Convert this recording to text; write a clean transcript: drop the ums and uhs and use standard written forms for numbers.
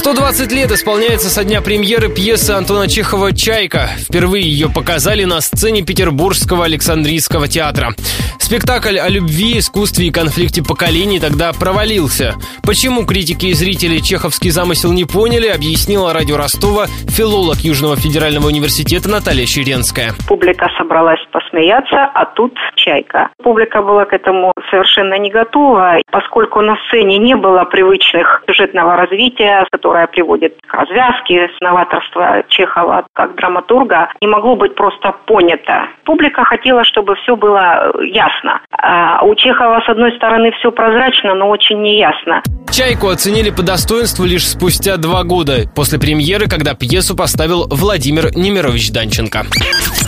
120 лет исполняется со дня премьеры пьесы Антона Чехова «Чайка». Впервые ее показали на сцене Петербургского Александрийского театра. Спектакль о любви, искусстве и конфликте поколений тогда провалился. Почему критики и зрители чеховский замысел не поняли, объяснила радио Ростова филолог Южного федерального университета Наталья Щеренская. Публика собралась посмеяться, а тут «Чайка». Публика была к этому совершенно не готова, поскольку на сцене не было привычных сюжетного развития, которое приводит к развязке, новаторства Чехова как драматурга, не могло быть просто понято. Публика хотела, чтобы все было ясно. А у Чехова, с одной стороны, все прозрачно, но очень неясно. «Чайку» оценили по достоинству лишь спустя 2 года, после премьеры, когда пьесу поставил Владимир Немирович Данченко.